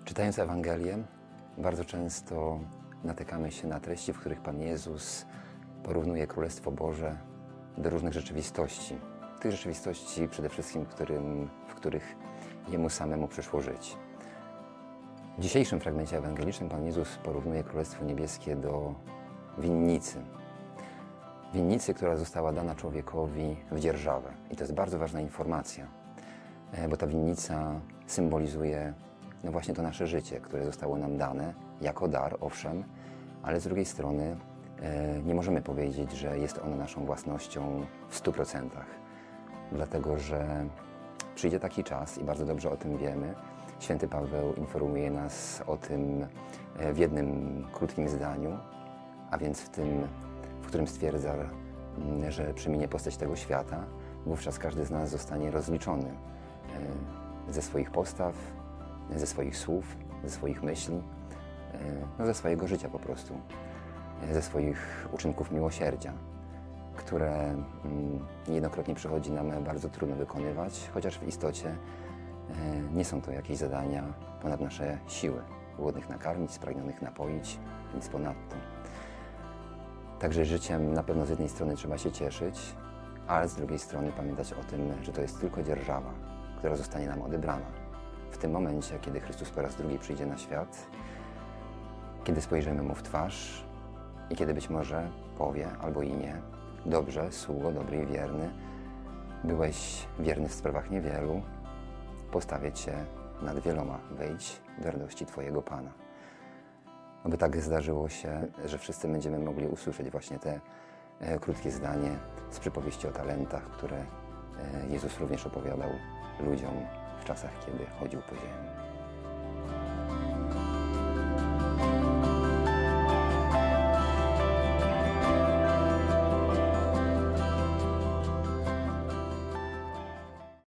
Czytając Ewangelię, bardzo często natykamy się na treści, w których Pan Jezus porównuje Królestwo Boże do różnych rzeczywistości. Tych rzeczywistości przede wszystkim, w których Jemu samemu przyszło żyć. W dzisiejszym fragmencie ewangelicznym Pan Jezus porównuje Królestwo Niebieskie do winnicy. Winnicy, która została dana człowiekowi w dzierżawę. I to jest bardzo ważna informacja, bo ta winnica symbolizuje właśnie to nasze życie, które zostało nam dane jako dar, owszem, ale z drugiej strony nie możemy powiedzieć, że jest ono naszą własnością w 100%. Dlatego, że przyjdzie taki czas i bardzo dobrze o tym wiemy. Święty Paweł informuje nas o tym w jednym krótkim zdaniu, a więc w tym, w którym stwierdza, że przeminie postać tego świata. Wówczas każdy z nas zostanie rozliczony ze swoich postaw, ze swoich słów, ze swoich myśli, ze swojego życia po prostu, ze swoich uczynków miłosierdzia, które niejednokrotnie przychodzi nam bardzo trudno wykonywać, chociaż w istocie nie są to jakieś zadania ponad nasze siły. Głodnych nakarmić, spragnionych napoić, nic ponadto. Także życiem na pewno z jednej strony trzeba się cieszyć, ale z drugiej strony pamiętać o tym, że to jest tylko dzierżawa, która zostanie nam odebrana. W tym momencie, kiedy Chrystus po raz drugi przyjdzie na świat, kiedy spojrzymy Mu w twarz i kiedy być może powie albo i nie: dobrze, sługo, dobry i wierny, byłeś wierny w sprawach niewielu, postawię Cię nad wieloma, wejdź do radości Twojego Pana. Aby tak zdarzyło się, że wszyscy będziemy mogli usłyszeć właśnie te krótkie zdanie z przypowieści o talentach, które Jezus również opowiadał ludziom w czasach, kiedy chodził po ziemi.